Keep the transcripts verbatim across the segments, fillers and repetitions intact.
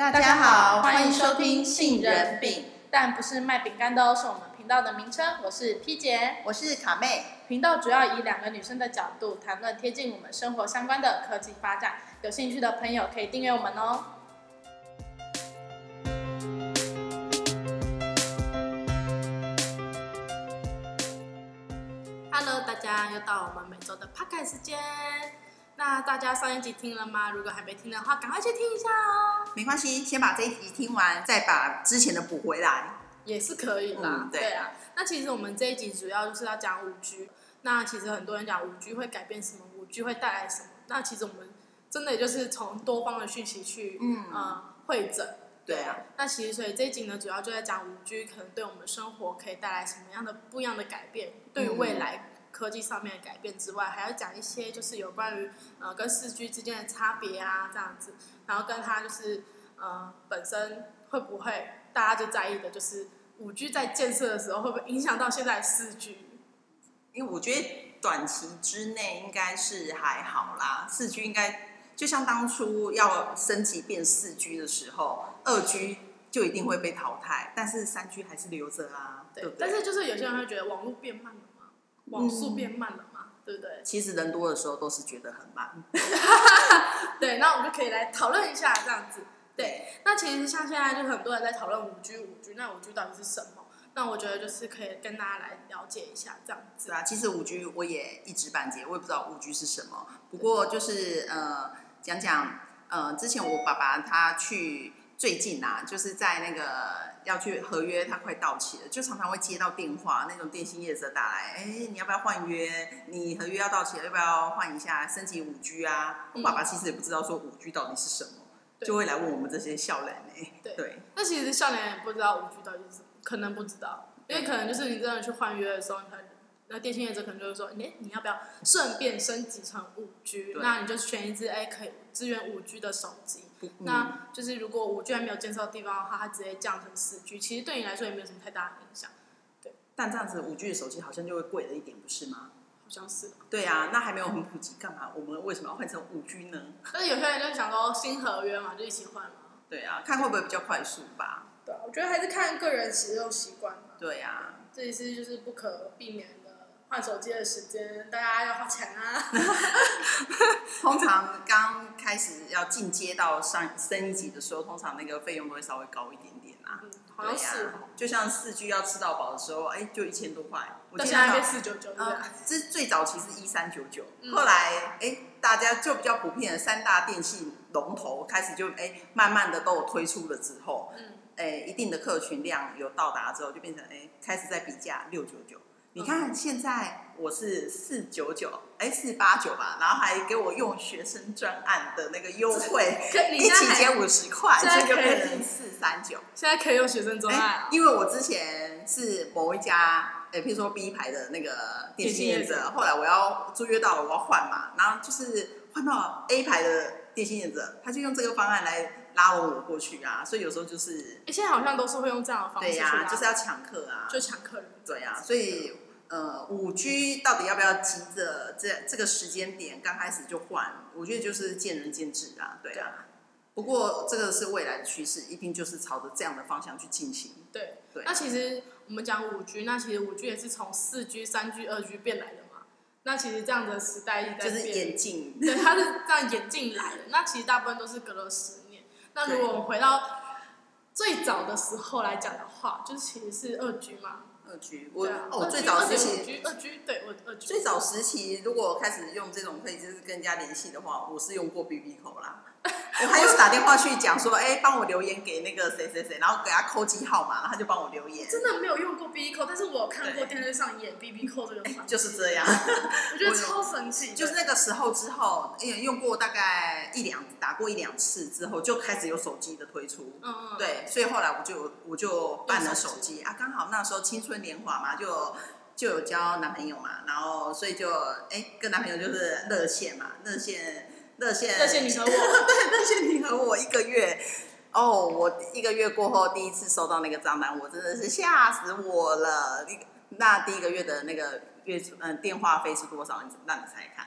大家好，欢迎收听杏仁饼， 但不是卖饼干的哦，是我们频道的名称。我是 P 姐， 我是卡妹。 频道主要以两个女生的角度谈论贴近我们生活相关的科技发展，有兴趣的朋友可以订阅我们哦。Hello， 大家又到我们每周的 Podcast 时间。那大家上一集听了吗？如果还没听的话，赶快去听一下哦。 没关系，先把这一集听完，再把之前的补回来， 也是可以啦。嗯、对, 对啊。那其实我们这一集主要就是要讲五 G。那其实很多人讲五 G 会改变什么，五 G 会带来什么。那其实我们真的也就是从多方的讯息去嗯呃汇整。 对啊。 那其实所以这一集呢，主要就在讲五 G 可能对我们生活可以带来什么样的不一样的改变，对于未来。科技上面的改变之外，还要讲一些就是有关于呃跟四 G 之间的差别啊，这样子，然后跟它就是呃本身会不会大家就在意的就是五 G 在建设的时候会不会影响到现在的四 G？ 因为我觉得短期之内应该是还好啦，四 G 应该就像当初要升级变四 G 的时候，二 G 就一定会被淘汰，但是三 G 还是留着啊，对, 对不对？ 但是就是有些人会觉得网络变慢了。网速变慢了嘛、嗯，对不对？ 其实人多的时候都是觉得很慢。 对，那我们就可以来讨论一下这样子。对，那其实像现在就很多人在讨论五 G， 五 G， 那五 G 到底是什么？那我觉得就是可以跟大家来了解一下这样子。 对啊，其实五 G 我也一知半解，我也不知道五 G 是什么。不过就是呃，讲讲呃，之前我爸爸他去。最近啊，就是在那个要去合约，他快到期了，就常常会接到电话，那种电信业者打来，哎，你要不要换约？你合约要到期了，要不要换一下升级五 G 啊？我爸爸其实也不知道说五 G 到底是什么，就会来问我们这些少年哎。 对， 对那其实少年也不知道五 G 到底是什么，可能不知道，因为可能就是你真的去换约的时候，你才。那电信业者可能就会说，你你要不要顺便升级成五 G？ 那你就选一支哎可以支援五 G 的手机。嗯、那就是如果五 G 还没有建设的地方的话，它直接降成四 G， 其实对你来说也没有什么太大的影响。对。 但这样子五 G 的手机好像就会贵了一点，不是吗？ 好像是。 对啊，那还没有很普及，干嘛？我们为什么要换成五 G 呢？ 但是有些人就想说新合约嘛，就一起换嘛。 对啊，看会不会比较快速吧。 对啊，我觉得还是看个人使用习惯。 对啊。 这也是就是不可避免的。换手机的时间，大家要花钱啊。 通常刚开始要进阶到上升一级的时候，通常那个费用都会稍微高一点点啊。 嗯，好像是、啊。 就像四 G 要吃到饱的时候，哎，就一千多块。 到现在变四九九， 对。这最早期是一三九九，后来哎，大家就比较普遍的三大电信龙头开始就哎，慢慢的都有推出了之后，嗯，哎，一定的客群量有到达之后，就变成哎，开始在比价六九九。你看，现在我是四九九，哎，四八九吧，然后还给我用学生专案的那个优惠，一起减五十块，所以就变成四三九。 现在可以用学生专案、啊、 因为我之前是某一家，哎，譬如说 B 牌的那个电信业者，后来我要租约到了，我要换嘛，然后就是换到 A 牌的电信业者，他就用这个方案来拉拢我过去啊，所以有时候就是， 哎，现在好像都是会用这样的方式去拉， 对呀、啊，就是要抢客啊， 就抢客人， 对呀、啊，所以。呃，五 G 到底要不要急着这这个时间点刚开始就换？我觉得就是见仁见智啊，对啊。不过这个是未来的趋势，一定就是朝着这样的方向去进行。 对，对。那其实我们讲五 G， 那其实五 G 也是从四 G、三 G、二 G 变来的嘛。那其实这样的时代一直在变， 就是演进。 对，它是这样演进来的。那其实大部分都是隔了十年。那如果我们回到最早的时候来讲的话，就是其实是二 G 嘛。 二 G， 我、 啊、 哦，最早时期， 二 G 对，我二 G。 最早时期，如果开始用这种可以就是跟人家联系的话，我是用过 B B 口啦。我还有打电话去讲说，哎，帮我留言给那个谁谁谁，然后给他扣机号码，然后他就帮我留言。 真的没有用过 B B 扣，但是我有看过电视上演 B B 扣这个环节， 就是这样。 我觉得超神奇。 就是那个时候之后，用过大概一两打过一两次之后，就开始有手机的推出。嗯嗯。对，所以后来我就我就办了手机啊，刚好那时候青春年华嘛，就就有交男朋友嘛，然后所以就哎跟男朋友就是热线嘛，热线。热线， 热线你和我， 对，热线你和我一个月，哦，我一个月过后第一次收到那个账单，我真的是吓死我了。那第一个月的那个月嗯电话费是多少？让你猜看。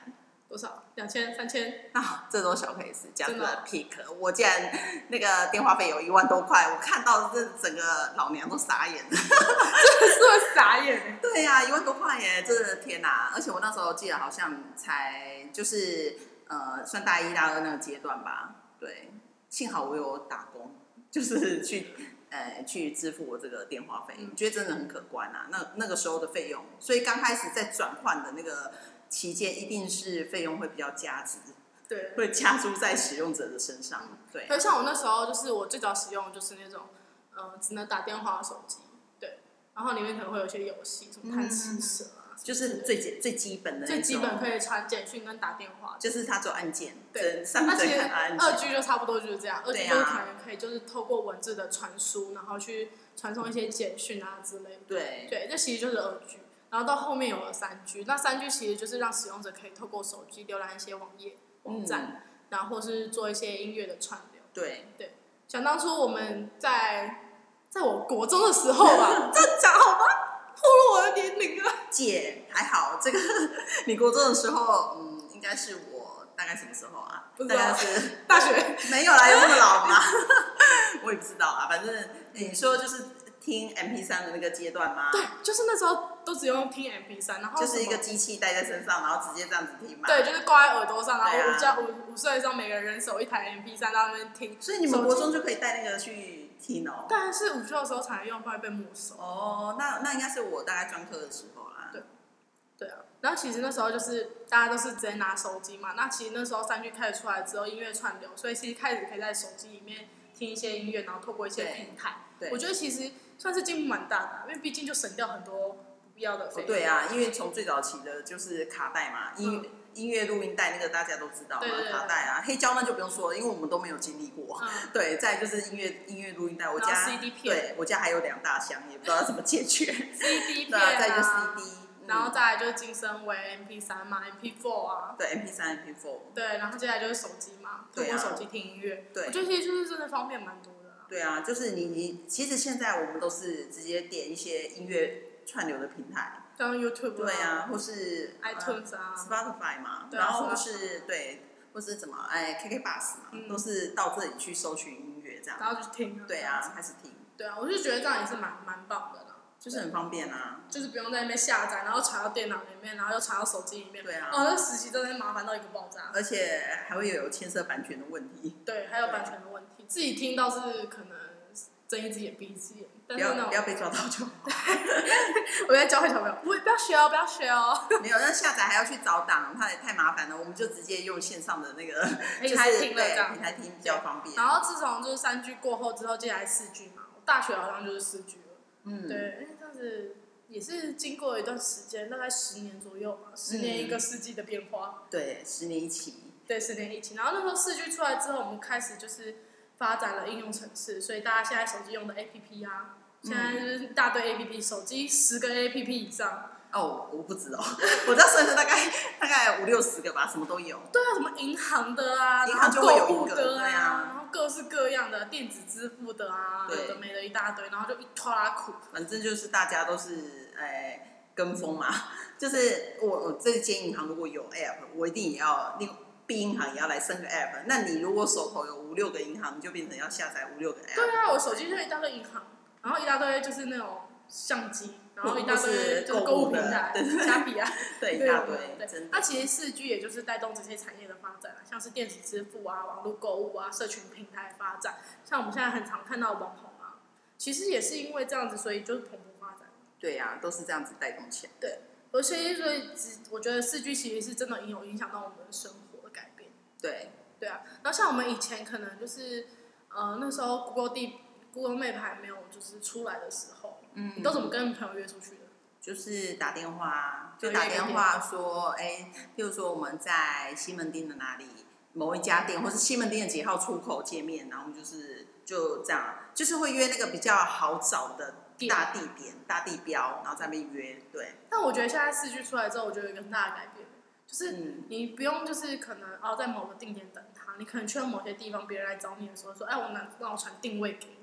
多少？两千、三千？ 啊，这都小 case， 这样子的 pick， 我竟然那个电话费有一万多块，我看到这整个老娘都傻眼了，真的是会傻眼。 对呀、啊，一万多块耶，真的天哪！而且我那时候记得好像才就是呃，算大一大二那个阶段吧，对，幸好我有打工，就是去。呃，去支付我这个电话费，我、嗯、觉得真的很可观啊。那那个时候的费用，所以刚开始在转换的那个期间，一定是费用会比较加值， 对， 会加注在使用者的身上。对。 可是像我那时候，就是我最早使用的就是那种，呃，只能打电话的手机，对，然后里面可能会有一些游戏，什么贪吃蛇啊。 嗯，就是最最基本的那种， 最基本可以传简讯跟打电话， 就是它只有按键， 对， 上面只看按键。 二 G 就差不多就是这样，二 G 就是可能可以就是透过文字的传输，然后去传送一些简讯啊之类的。 对， 对，这其实就是二 G， 然后到后面有了三 G， 那三 G 其实就是让使用者可以透过手机浏览一些网页、网站，嗯、然后或是做一些音乐的串流。 对对，想当初我们在在我国中的时候吧，这样讲好吗？暴露我的年龄了。 姐还好，这个你国中的时候，嗯，应该是我大概什么时候啊？ 不知道，大概是大学。 没有啦，有那么老吗？我也不知道啊，反正你说就是听 M P 三 的那个阶段吗？ 对，就是那时候都只用听 M P 三，然后就是一个机器带在身上，然后直接这样子听嘛。 对，就是挂在耳朵上，然后五家五五岁上每个人手一台 M P 三，在那边听。 所以你们国中就可以带那个去听哦。 但是午休的时候才能用，不然被没收。 哦，那那应该是我大概专科的时候啦。 对，对啊。然后其实那时候就是大家都是直接拿手机嘛，那其实那时候三 G 开始出来之后，音乐串流，所以其实开始可以在手机里面听一些音乐，然后透过一些平台。对。我觉得其实算是进步蛮大的、啊，因为毕竟就省掉很多不必要的费用。 对啊，因为从最早期的就是卡带嘛，音、嗯、音乐录音带那个大家都知道嘛， 对对对卡带啊，黑胶那就不用说了，因为我们都没有经历过。嗯、对，再就是音乐音乐录音带，我家 C D 片， 对我家还有两大箱，也不知道要怎么解决。 C D 片啊，再就 C D。 然后再来就是晋升为 M P 三 嘛 ，M P 四 啊。 对 ，M P 三、M P 四。 对，然后接下来就是手机嘛，透过手机听音乐。 对。 我觉得其实就是真的方便蛮多的、啊。 对啊，就是你你其实现在我们都是直接点一些音乐串流的平台， 像 YouTube 对啊，或是 iTunes 啊、 呃、，Spotify 嘛， 啊、 然后或是对，或是怎么哎 K K Bus 嘛、嗯，都是到这里去搜寻音乐这样， 然后就听。 对啊，开始听。 对啊，我就觉得这样也是蛮蛮棒的啦。 就是很方便啊， 就是不用在那边下载，然后传到电脑里面，然后又传到手机里面。 对啊。 哦，那实习真的麻烦到一个爆炸。 而且还会有牵涉版权的问题。 对，还有版权的问题，自己听倒是可能睁一只眼闭一只眼，但是那种不要被抓到就好。 我在教会小朋友，不不要学哦，不要学哦。 没有，那下载还要去找档，它也太麻烦了。我们就直接用线上的那个平台听了这样， 平台听比较方便。 然后自从就是三 G 过后之后，接下来四 G 嘛，我大学好像就是四 G 了。嗯。对，因为这样子。也是经过一段时间，大概十年左右吧，十年一个世纪的变化。 嗯、对，十年一期。 对，十年一期。然后那时候四 G 出来之后，我们开始就是发展了应用程式，所以大家现在手机用的 A P P 啊，现在就是一大堆 A P P， 手机十个 A P P 以上。 哦，我不知道，我知道算是大概大概五六十个吧，什么都有。 对啊，什么银行的啊， 银行就会有一个， 的啊， 啊然后各式各样的电子支付的啊，有的没的一大堆，然后就一拖拉苦。 反正就是大家都是哎跟风嘛，就是我我这间银行如果有 app， 我一定也要另 B 银行也要来升个 app。那你如果手头有五六个银行，你就变成要下载五六个 app。 对啊，我手机就一大堆银行，然后一大堆就是那种相机。然后一大堆就是购物平台，虾皮啊， 对，一大堆，真的。 那其实四 G 也就是带动这些产业的发展啊，像是电子支付啊、网络购物啊、社群平台发展，像我们现在很常看到网红啊，其实也是因为这样子，所以就是蓬勃发展。 对呀、啊，都是这样子带动起来。 对，而且所以我觉得四 G 其实是真的有影响到我们的生活的改变。 对。 对啊，然后像我们以前可能就是呃那时候 Google 地。Google Map 还没有就是出来的时候，嗯，你都怎么跟朋友约出去的？ 就是打电话，就打电话说，哎，譬如说我们在西门町的哪里某一家店，或是西门町的几号出口见面，然后我们就是就这样，就是会约那个比较好找的大地点、大地标，然后在那边约。对。 但我觉得现在四 G 出来之后，我觉得有一个很大的改变，就是你不用就是可能哦在某个定点等他，你可能去到某些地方，别人来找你的时候说，哎，我能让我传定位给你。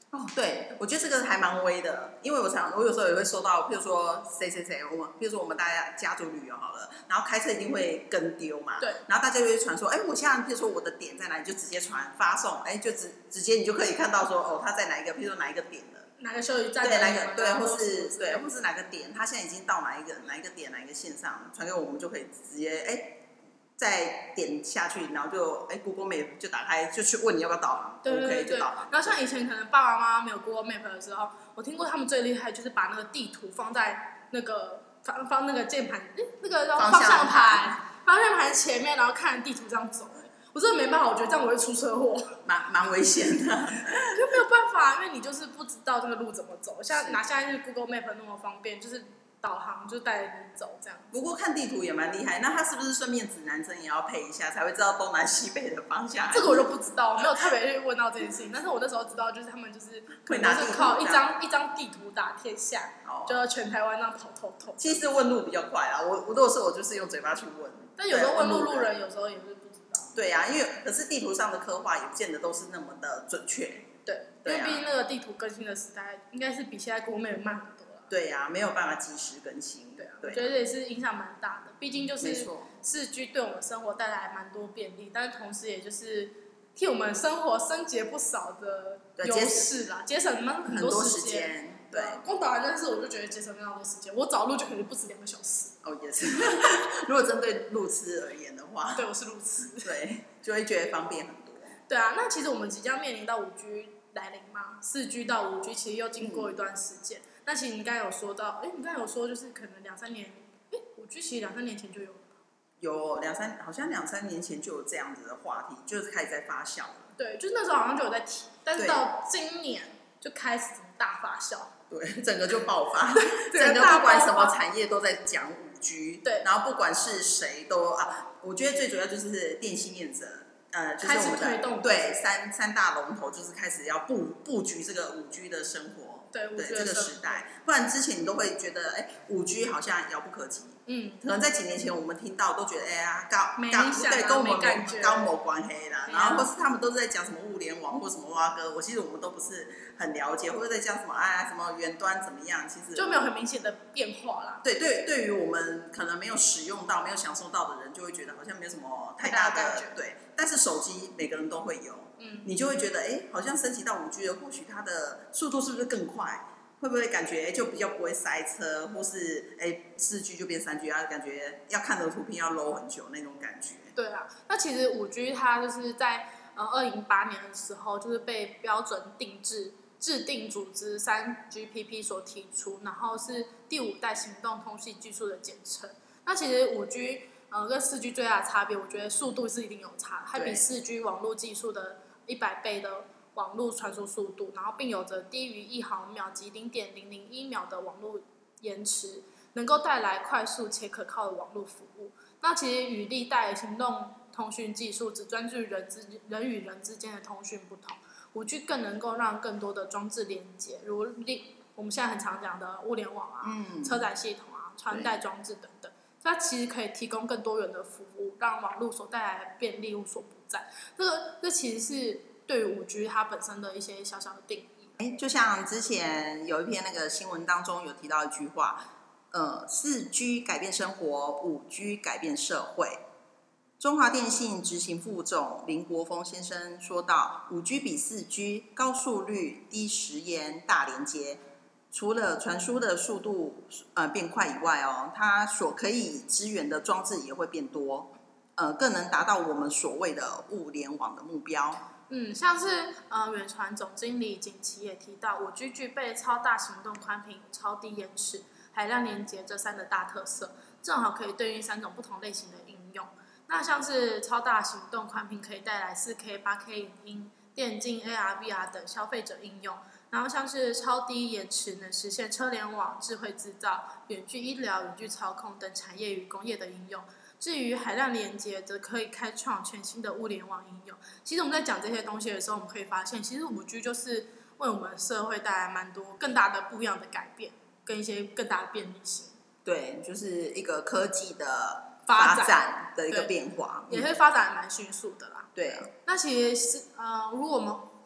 哦，对，我觉得这个还蛮微的，因为我常我有时候也会收到，譬如说谁谁谁，我们譬如说我们大家家族旅游好了，然后开车一定会跟丢嘛， 对， 然后大家就会传说，哎，我现在譬如说我的点在哪里，就直接传发送，哎，就直直接你就可以看到说，哦，他在哪一个，譬如说哪一个点了。 哪个休息站？ 对，哪个对，或是对，或是哪个点，他现在已经到哪一个哪一个点，哪一个线上，传给我们就可以直接哎。再点下去，然后就哎 Google Map 就打开，就去问你要不要导航， 对对对 OK 就导航。 然后像以前可能爸爸妈妈没有 Google Map 的时候，我听过他们最厉害就是把那个地图放在那个放放那个键盘，哎，那个方向盘，方向盘前面，然后看地图这样走。我真的没办法，我觉得这样我会出车祸， 蛮蛮危险的。 就没有办法，因为你就是不知道这个路怎么走。像拿现在是 Google Map 那么方便，就是导航就带着你走这样。 不过看地图也蛮厉害，那他是不是顺便指南针也要配一下，才会知道东南西北的方向？ 这个我就不知道，没有特别去问到这件事情。但是我那时候知道，就是他们就是可能就是靠一张一张地图打天下，哦、就全台湾那样跑透透。 其实问路比较快啦，我我如果是我就是用嘴巴去问。 但有时候问路路人，有时候也是不知道。 对呀、啊，因为可是地图上的刻画也不见得都是那么的准确。 对，因为毕竟那个地图更新的时代，应该是比现在 Google Map 慢很多了。 对呀、啊，没有办法及时更新。 对啊，我觉得这也是影响蛮大的。毕竟就是四 G 对我们生活带来蛮多便利，但是同时也就是替我们生活升级不少的优势啦，节省很多时间。 对， 光导航这件事我就觉得节省非常多时间，我找路就可能不止两个小时。 哦，也是。如果针对路痴而言的话， 对，我是路痴， 对，就会觉得方便很多。 对啊，那其实我们即将面临到五 G 来临嘛，四 G 到五 G 其实又经过一段时间。嗯、那其实你刚才有说到，哎，你刚才有说就是可能两三年，哎，五 G 其实两三年前就有了。 有两三，好像两三年前就有这样子的话题，就是开始在发酵了。 对，就是那时候好像就有在提，但是到今年就开始大发酵。 对，整个就爆发，整个不管什么产业都在讲五 G， 对，然后不管是谁都啊，我觉得最主要就是电信业者，呃，就是我们的对三三大龙头，就是开始要布布局这个五 G 的生活， 对， 对这个时代，不然之前你都会觉得，哎，五 G 好像遥不可及，嗯，可能在几年前我们听到都觉得，哎呀，高高对，跟我们没高某关黑啦，然后或是他们都是在讲什么物联网或什么蛙哥，我其实我们都不是很了解，或者在讲什么哎什么远端怎么样，其实就没有很明显的变化啦。 对对，对于我们可能没有使用到、没有享受到的人，就会觉得好像没有什么太大的对。但是手机每个人都会有，嗯，你就会觉得哎，好像升级到五 G 了，或许它的速度是不是更快？会不会感觉就比较不会塞车，或是哎四 G 就变三 G 啊？感觉要看的图片要 low 很久那种感觉。 对啊，那其实五 G 它就是在呃二零一八年的时候，就是被标准定制。制定组织 三 G P P 所提出，然后是第五代行动通信技术的简称。那其实五 G 呃跟四 G 最大的差别，我觉得速度是一定有差，它比四 G 网络技术的一百倍的网络传输速度，然后并有着低于一毫秒及零点零零一秒的网络延迟，能够带来快速且可靠的网络服务。那其实与历代行动通讯技术只专注人之人与人之间的通讯不同。五 G 更能够让更多的装置连接，如我们现在很常讲的物联网啊、嗯、车载系统啊、穿戴装置等等，它其实可以提供更多元的服务，让网络所带来的便利无所不在。这个这其实是对于五 G 它本身的一些小小的定义。 哎，就像之前有一篇那个新闻当中有提到一句话，呃，四 G 改变生活，五 G 改变社会。中华电信执行副总林国峰先生说道：“五 G 比四 G 高速率、低时延、大连接，除了传输的速度呃变快以外哦，它所可以支援的装置也会变多，呃，更能达到我们所谓的物联网的目标。” 嗯，像是呃远传总经理景琦也提到，五 G 具备超大行动宽频、超低延迟、海量连接这三个大特色，正好可以对应三种不同类型的应用。那像是超大行动宽频可以带来 四 K、八 K 影音、电竞、A R、V R 等消费者应用，然后像是超低延迟能实现车联网、智慧制造、远距医疗、远距操控等产业与工业的应用。至于海量连接，则可以开创全新的物联网应用。其实我们在讲这些东西的时候，我们可以发现，其实五 G 就是为我们社会带来蛮多更大的不一样的改变，跟一些更大的便利性。 对，就是一个科技的发展的一个变化， 也会发展蛮迅速的啦。 对， 那其实是呃，如果我们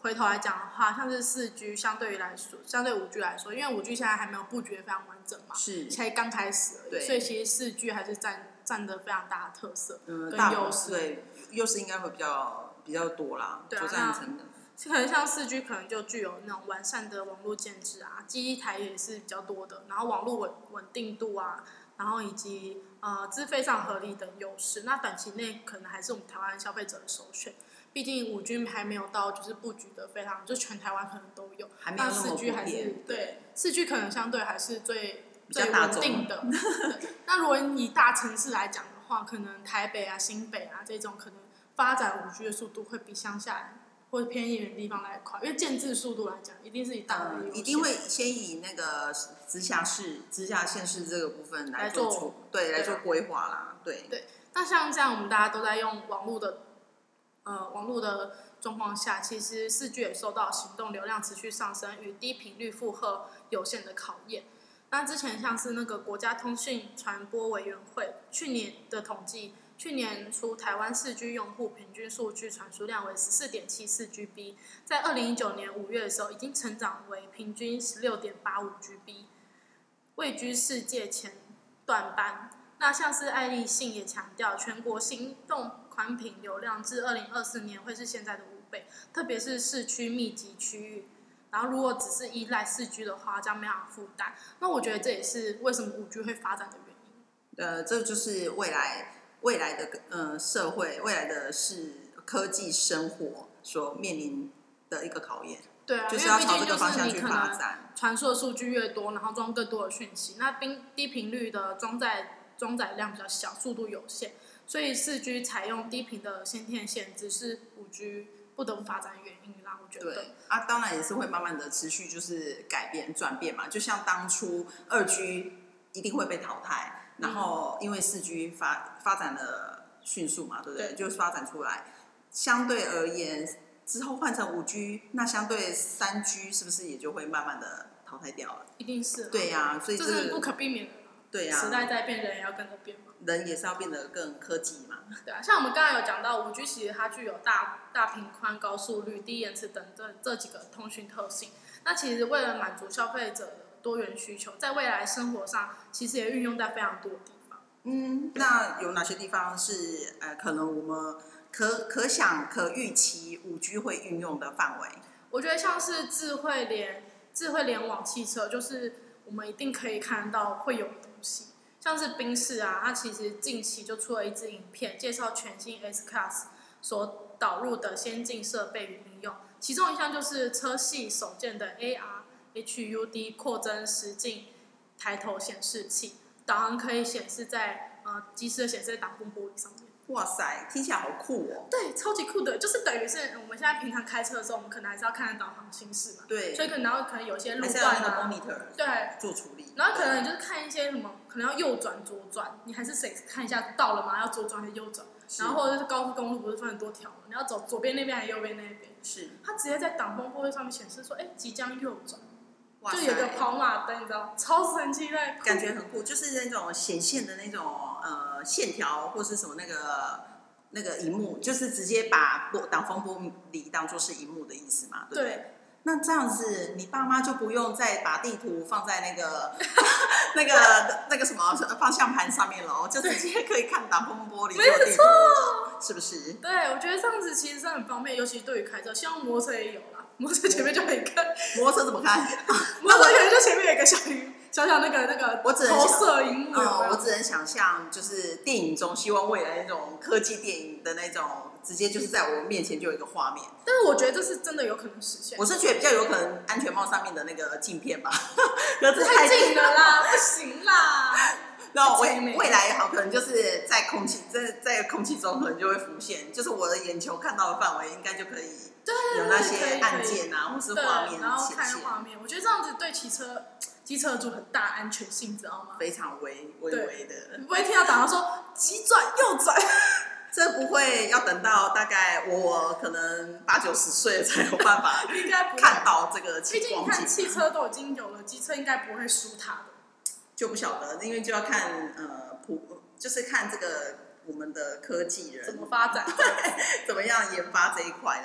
回头来讲的话，像是四 G 相对于来说，相对五 G 来说，因为五 G 现在还没有布局得非常完整嘛， 是才刚开始而已，所以其实四 G 还是占占的非常大的特色跟优势、嗯， 对，优势应该会比较比较多啦， 对啊， 作战成本。 可能像四 G 可能就具有那种完善的网络建制啊，基地台也是比较多的，然后网络稳稳定度啊，然后以及呃资费上合理等优势。那短期内可能还是我们台湾消费者的首选，毕竟五 G 还没有到就是布局的非常，就全台湾可能都有， 还没有那么四 G 还是对四 G 可能相对还是最最稳定的。那如果以大城市来讲的话，可能台北啊、新北啊这种可能发展五 G 的速度会比乡下或者偏远的地方来快，因为建制速度来讲，一定是以大的优先、 嗯、一定会先以那个直辖市、直辖县市这个部分来做出对来做规划啦，对。 对，那像这样，我们大家都在用网络的呃网络的状况下，其实四 G 也受到行动流量持续上升与低频率负荷有限的考验。那之前像是那个国家通讯传播委员会去年的统计。去年初，台湾四 G 用户平均数据传输量为 十四点七四 G B， 在二零一九年五月的时候，已经成长为平均 十六点八五 G B， 位居世界前段班。那像是爱立信也强调，全国行动宽频流量至二零二四年会是现在的五倍，特别是市区密集区域。然后，如果只是依赖四 G 的话，将没法负担。那我觉得这也是为什么五 G 会发展的原因。 呃，这就是未来。未来的呃社会，未来的是科技生活所面临的一个考验。 对啊， 就是要朝这个方向去发展。 传输的数据越多，然后装更多的讯息，那低频率的装载装载量比较小，速度有限，所以四 G 采用低频的先天限制是五 G 不得不发展的原因啦。我觉得。 对啊，当然也是会慢慢的持续就是改变转变嘛，就像当初二 G 一定会被淘汰。然后，因为四 G 发发展的迅速嘛，对不对？对，就是发展出来，相对而言，之后换成五 G， 那相对三 G 是不是也就会慢慢的淘汰掉了？ 一定是。 对呀、啊，所以这是不可避免的。 对呀、啊， 时代在变，人也要跟着变嘛。 人也是要变得更科技嘛。 对啊，像我们刚才有讲到，五 G 其实它具有大大频宽、高速率、低延迟等这这几个通讯特性。那其实为了满足消费者多元需求，在未来生活上其实也运用在非常多的地方。 嗯，那有哪些地方是呃可能我们可可想可预期五 G 会运用的范围？ 我觉得像是智慧联智慧联网汽车，就是我们一定可以看到会有的东西。像是宾士啊，它其实近期就出了一支影片，介绍全新 S-Class 所导入的先进设备与应用，其中一项就是车系首件的 A R H U D 扩增实境抬头显示器，导航可以显示在呃机师的显示在挡风玻璃上面。 哇塞，听起来好酷哦！ 对，超级酷的，就是等于是我们现在平常开车的时候，我们可能还是要看导航形势嘛。 对。 所以可能然后可能有些路段啊， 对，做处理。 然后可能你就是看一些什么，可能要右转、左转，你还是谁看一下到了吗？要左转还是右转？然后或者是高速公路不是分很多条吗？你要走左边那边还是右边那边？ 是。它直接在挡风玻璃上面显示说，哎，即将右转。就有个跑马灯，你知道，超神奇的， 感觉很酷，就是那种显现的那种呃线条或是什么那个那个荧幕，就是直接把挡风玻璃当作是荧幕的意思嘛，对不对？对。那这样子，你爸妈就不用再把地图放在那个那个那个什么方向盘上面了，就直接可以看挡风玻璃做地图，是不是？ 对，我觉得这样子其实是很方便，尤其对于开车，希望摩托车也有啦。摩托车前面就可以看， 摩托车怎么看？ 摩托车可能就前面有一个小小小那个那个投射荧幕。 嗯，我只能想象，就是电影中希望未来那种科技电影的那种，直接就是在我面前就有一个画面。 但是我觉得这是真的有可能实现。 我是觉得比较有可能安全帽上面的那个镜片吧， 可是太近了啦，不行啦。 那未未来好，可能就是在空气在在空气中可能就会浮现，就是我的眼球看到的范围，应该就可以有那些按键啊，或是画面然后看画面。我觉得这样子对骑车机车主很大安全性，知道吗？ 非常微微微的， 不会听到导航说急转右转。 这不会要等到大概我可能八九十岁才有办法应该看到这个情况。毕竟你看汽车都已经有了，机车应该不会输它的。 就不晓得，因为就要看呃普，就是看这个我们的科技人怎么发展， 怎么样研发这一块的。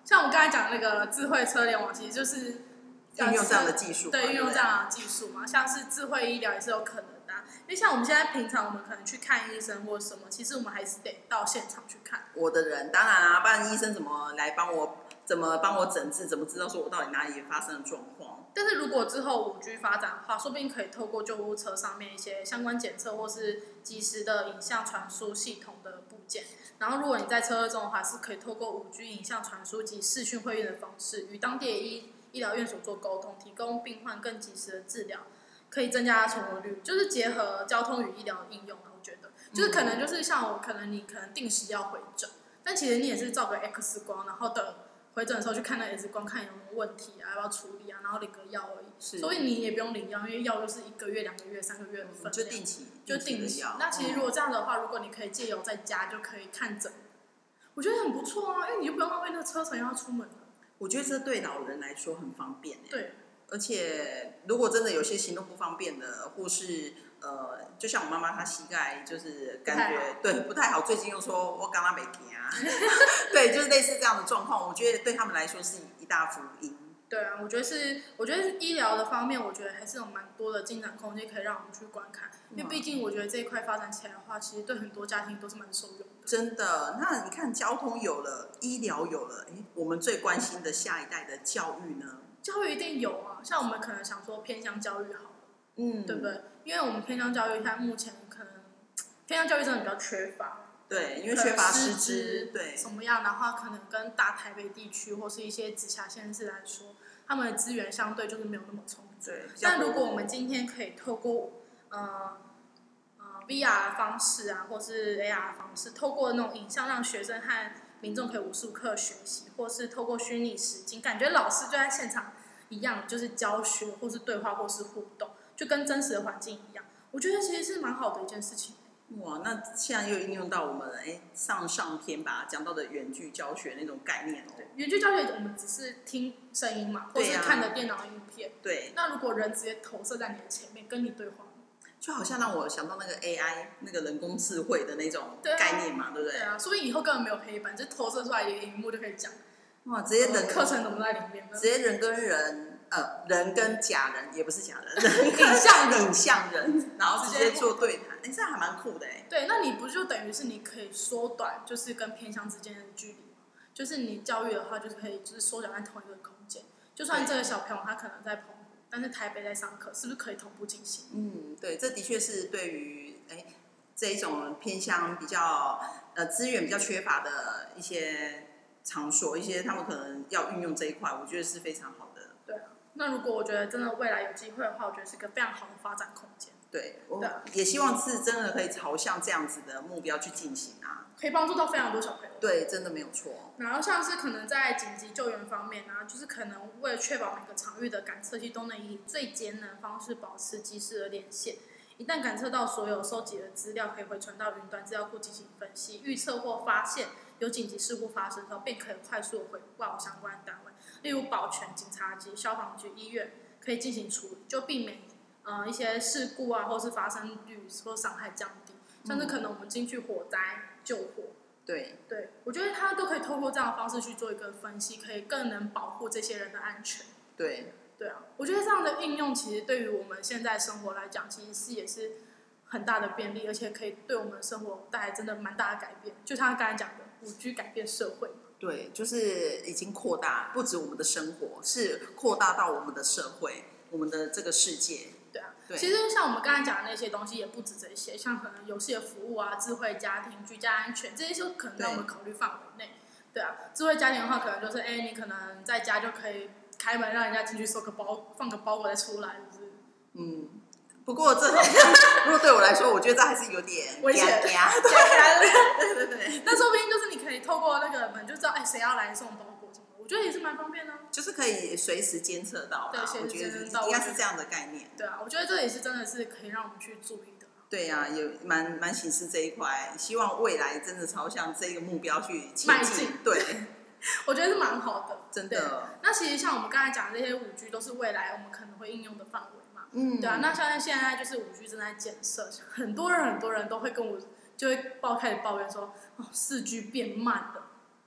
像我们刚才讲的那个智慧车联网，其实就是运用这样的技术， 对，运用这样的技术嘛，像是智慧医疗也是有可能的、啊。因为像我们现在平常我们可能去看医生或什么，其实我们还是得到现场去看。 我的人当然啊，不然医生怎么来帮我？怎么帮我诊治？怎么知道说我到底哪里发生了状况？ 但是如果之后五 G 发展的话，说不定可以透过救护车上面一些相关检测或是即时的影像传输系统的部件。然后如果你在车中的话，是可以透过五 G 影像传输及视讯会议的方式，与当地的医医疗院所做沟通，提供病患更及时的治疗，可以增加存活率。就是结合交通与医疗的应用啊，我觉得就是可能就是像我，可能你可能定时要回诊，但其实你也是照个 X 光，然后等回诊的时候去看那 X 光，看有没有问题啊，要不要处理啊，然后领个药而已。所以你也不用领药，因为药就是一个月、两个月、三个月的分量， 就定期， 就定期。 药。 那其实如果这样的话，如果你可以借由在家就可以看诊，我觉得很不错啊，因为你就不用浪费那个车程要出门了。 我觉得这对老人来说很方便、欸、 对。 而且如果真的有些行动不方便的，或是呃，就像我妈妈她膝盖就是感觉对不太好，最近又说我刚刚没行啊，对，就是类似这样的状况，我觉得对他们来说是一大福音。 对啊，我觉得是，我觉得医疗的方面，我觉得还是有蛮多的进展空间可以让我们去观看，因为毕竟我觉得这一块发展起来的话，其实对很多家庭都是蛮受用的。 真的，那你看交通有了，医疗有了，哎，我们最关心的下一代的教育呢？ 教育一定有啊，像我们可能想说偏向教育好了， 嗯， 对不对？因为我们偏向教育，它目前可能偏向教育真的比较缺乏。 对，因为缺乏师资，对什么样的话，可能跟大台北地区或是一些直辖县市来说，他们的资源相对就是没有那么充足。 对， 但如果我们今天可以透过呃呃 V R 方式啊，或是 A R 方式，透过那种影像让学生和民众可以无时无刻学习，或是透过虚拟实境，感觉老师就在现场一样，就是教学或是对话或是互动，就跟真实的环境一样。我觉得其实是蛮好的一件事情。 哇，那现在又应用到我们哎上上篇吧讲到的远距教学那种概念哦。 远距教学我们只是听声音嘛，或是看的电脑影片。 对。 那如果人直接投射在你的前面跟你对话， 就好像让我想到那个 A I 那个人工智慧的那种概念嘛， 对,、啊、对不对？ 对啊，所以以后根本没有黑板，就投射出来一个荧幕就可以讲。 哇，直接人课程怎么在里面呢？ 直接人跟人。呃，人跟假人也不是假人，人影像影像人，然后直接做对谈，哎、欸，这样还蛮酷的哎。 对，那你不就等于是你可以缩短，就是跟偏乡之间的距离吗？就是你教育的话，就是可以就是缩小在同一个空间。就算这个小朋友他可能在澎湖，但是台北在上课，是不是可以同步进行？ 嗯，对，这的确是对于哎这一种偏乡比较呃资源比较缺乏的一些场所，一些他们可能要运用这一块，我觉得是非常好的。 对啊。那如果我觉得真的未来有机会的话，我觉得是个非常好的发展空间。 对，我也希望是真的可以朝向这样子的目标去进行啊， 可以帮助到非常多小朋友。 对，真的没有错。 然后像是可能在紧急救援方面啊，就是可能为了确保每个场域的感测器都能以最节能的方式保持及时的连线，一旦感测到所有收集的资料可以回传到云端资料库进行分析、预测或发现有紧急事故发生的时候，便可以快速的回报相关单位。例如保全、警察局、消防局、医院可以进行处理，就避免呃一些事故啊，或是发生率或伤害降低。像是可能我们进去火灾救火， 对对，我觉得他都可以透过这样的方式去做一个分析，可以更能保护这些人的安全。 对对啊，我觉得这样的应用其实对于我们现在生活来讲，其实是也是很大的便利，而且可以对我们的生活带来真的蛮大的改变。就像他刚才讲的，五 G 改变社会。 对，就是已经扩大，不止我们的生活，是扩大到我们的社会，我们的这个世界。 对啊， 对， 其实像我们刚才讲的那些东西，也不止这些，像可能游戏的服务啊、智慧家庭、居家安全，这些就可能在我们考虑范围内。对啊，智慧家庭的话，可能就是哎，你可能在家就可以开门让人家进去收个包，放个包裹再出来，就是。 嗯。不过这好像，如果对我来说，我觉得这还是有点危险。 对对对。 那说不定就是你可以透过那个门就知道，哎，谁要来送包裹什么，我觉得也是蛮方便的。 就是可以随时监测到啦， 对， 我觉得应该是这样的概念。 对啊，我觉得这也是真的是可以让我们去注意的。 对啊，也蛮蛮显示这一块，希望未来真的朝向这个目标去前进。对。 我觉得是蛮好的， 真的。 那其实像我们刚才讲的这些五 G 都是未来我们可能会应用的范围。 嗯， 对啊，那像现在就是五 G 正在建设，很多人很多人都会跟我就会抱开始抱怨说，哦，四 G 变慢了。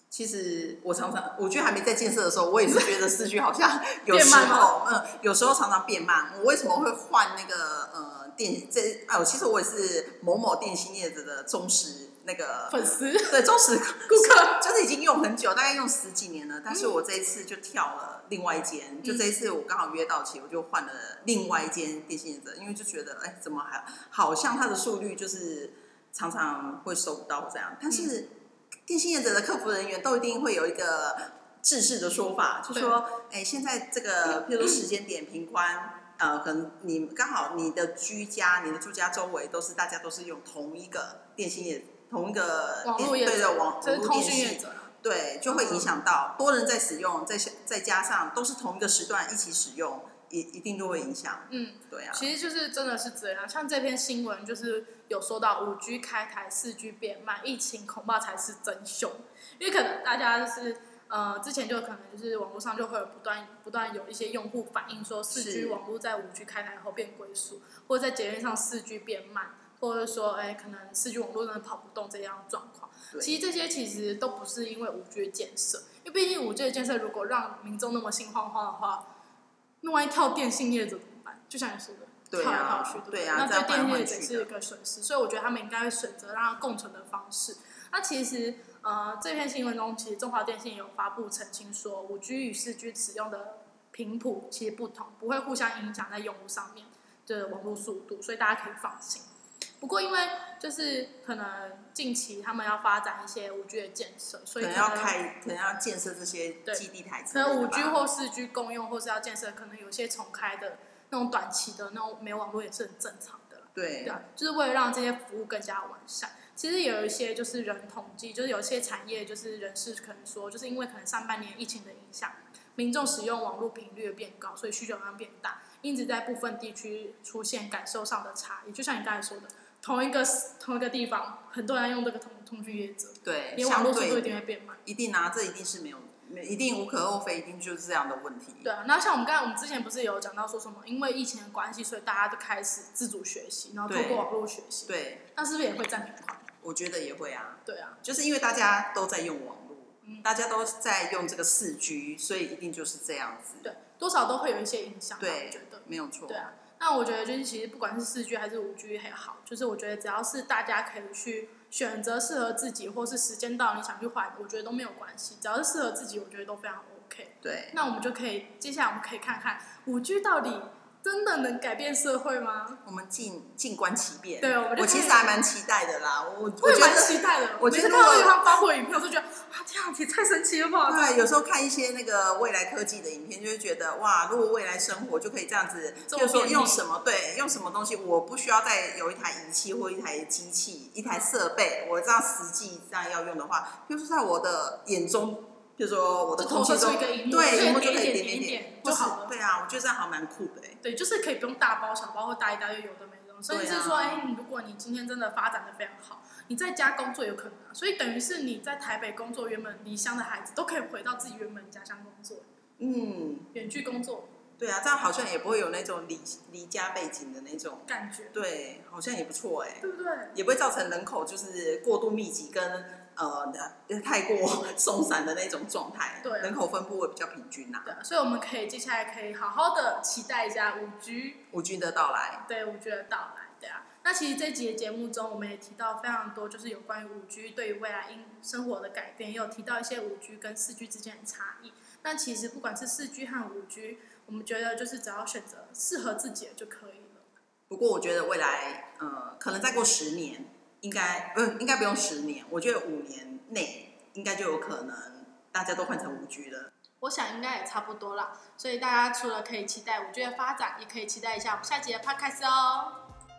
其实我常常，我觉得还没在建设的时候，我也是觉得四 G 好像有时候，嗯，有时候常常变慢。我为什么会换那个呃电这？哦，其实我也是某某电信业者的忠实那个粉丝， 对，忠实顾客， 就是已经用很久，大概用十几年了。但是我这一次就跳了另外一间，嗯、就这一次我刚好约到期，我就换了另外一间电信业者，因为就觉得哎，怎么还好像它的速率就是常常会收不到这样，但是。嗯电信业者的客服人员都一定会有一个制式的说法，就说，哎，现在这个，譬如说时间点频宽，呃，可能你刚好你的居家、你的住家周围都是大家都是用同一个电信业、同一个网络业者， 对的网这是通讯业者， 对，就会影响到多人在使用，再再加上都是同一个时段一起使用。一一定就会影响，嗯，对啊， 其实就是真的是这样。像这篇新闻就是有说到五 G 开台，四 G 变慢，疫情恐怕才是真凶。因为可能大家就是呃之前就可能就是网络上就会有不断不断有一些用户反映说，四 G 网络在五 G 开台后变龟速，或者在捷运上四 G 变慢，或者说哎可能四 G 网络真的跑不动这样的状况。其实这些其实都不是因为五 G 的建设，因为毕竟五 G 的建设如果让民众那么心慌慌的话。那万一跳电信业者怎么办？就像你说的， 对啊、 跳来跳去，对不对？ 对啊、 那对电信业者是一个损失，所以我觉得他们应该会选择让它共存的方式。那其实，呃，这篇新闻中，其实中华电信也有发布澄清说，五 G 与四 G 使用的频谱其实不同，不会互相影响在用户上面的网络速度，所以大家可以放心。不过，因为就是可能近期他们要发展一些五 G 的建设，所以可能要开，可能要建设这些基地台。 可能五 G 或四 G 共用，或是要建设，可能有些重开的那种短期的那种没有网络也是很正常的。 对， 对，就是为了让这些服务更加完善。其实有一些就是人统计，就是有一些产业就是人士可能说，就是因为可能上半年疫情的影响，民众使用网络频率变高，所以需求量变大，因此在部分地区出现感受上的差异。就像你刚才说的。同一个同一个地方，很多人用这个通通讯业者， 对， 连网络速度一定会变慢。 一定啊，这一定是没有，一定无可厚非，一定就是这样的问题。 对啊，那像我们刚才我们之前不是有讲到说什么，因为疫情的关系，所以大家都开始自主学习，然后透过网络学习。 对， 那是不是也会占平衡？ 我觉得也会啊。 对啊， 就是因为大家都在用网络，嗯、大家都在用这个四 G， 所以一定就是这样子。 对，多少都会有一些影响。 对， 我觉得没有错。 对啊。那我觉得就是其实不管是四 G 还是五 G 也好，就是我觉得只要是大家可以去选择适合自己，或是时间到你想去换，我觉得都没有关系。只要是适合自己，我觉得都非常 OK。 对。 那我们就可以接下来我们可以看看五 G 到底真的能改变社会吗？ 我们静静观其变。 对，我们就我其实还蛮期待的啦。我我也蛮期待的。 我觉得看到他发布影片，我就觉得啊，这样也太神奇了吧！ 对，有时候看一些那个未来科技的影片，就会觉得哇，如果未来生活就可以这样子，就是说用什么对，用什么东西，我不需要再有一台仪器或一台机器、一台设备，我这样实际这样要用的话，就是在我的眼中。比如说我的空气中，对，荧幕就可以点点点就好了。 对啊，我觉得这样还蛮酷的哎。 对，就是可以不用大包小包或大一大堆有的没的，甚至是说，哎、啊，如果你今天真的发展的非常好，你在家工作有可能啊，所以等于是你在台北工作，原本离乡的孩子都可以回到自己原本家乡工作。嗯，远距工作。 对啊，这样好像也不会有那种离离家背景的那种感觉。 对，好像也不错哎， 对不对？ 也不会造成人口就是过度密集跟。呃，太过松散的那种状态， 对、啊， 人口分布会比较平均呐、啊。 对、啊，所以我们可以接下来可以好好的期待一下五 G， 五 G 的到来。 对，五 G 的到来，对啊。那其实这集的节目中，我们也提到非常多，就是有关于五 G 对于未来因生活的改变，也有提到一些五 G 跟四 G 之间的差异。那其实不管是四 G 和五 G， 我们觉得就是只要选择适合自己的就可以了。 不过我觉得未来，呃，可能再过十年。应该不、呃，应该不用十年，我觉得五年内应该就有可能大家都换成五 G 了。 我想应该也差不多啦，所以大家除了可以期待五 G 的发展，也可以期待一下我们下集的 Podcast 哦。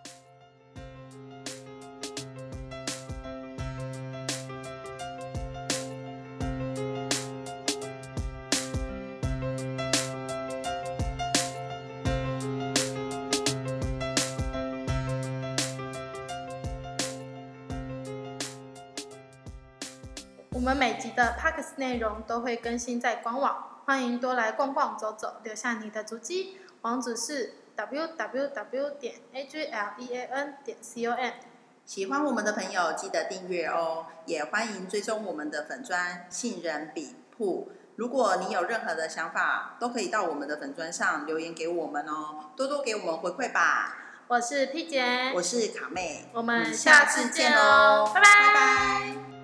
我们每集的 Podcast 内容都会更新在官网，欢迎多来逛逛走走，留下你的足迹。网址是 double u double u double u 点 a g l e a n 点 com。 喜欢我们的朋友记得订阅哦，也欢迎追踪我们的粉专杏仁笔铺。如果你有任何的想法，都可以到我们的粉专上留言给我们哦，多多给我们回馈吧。 我是 P 姐， 我是卡妹， 我们下次见哦，拜拜。 拜拜。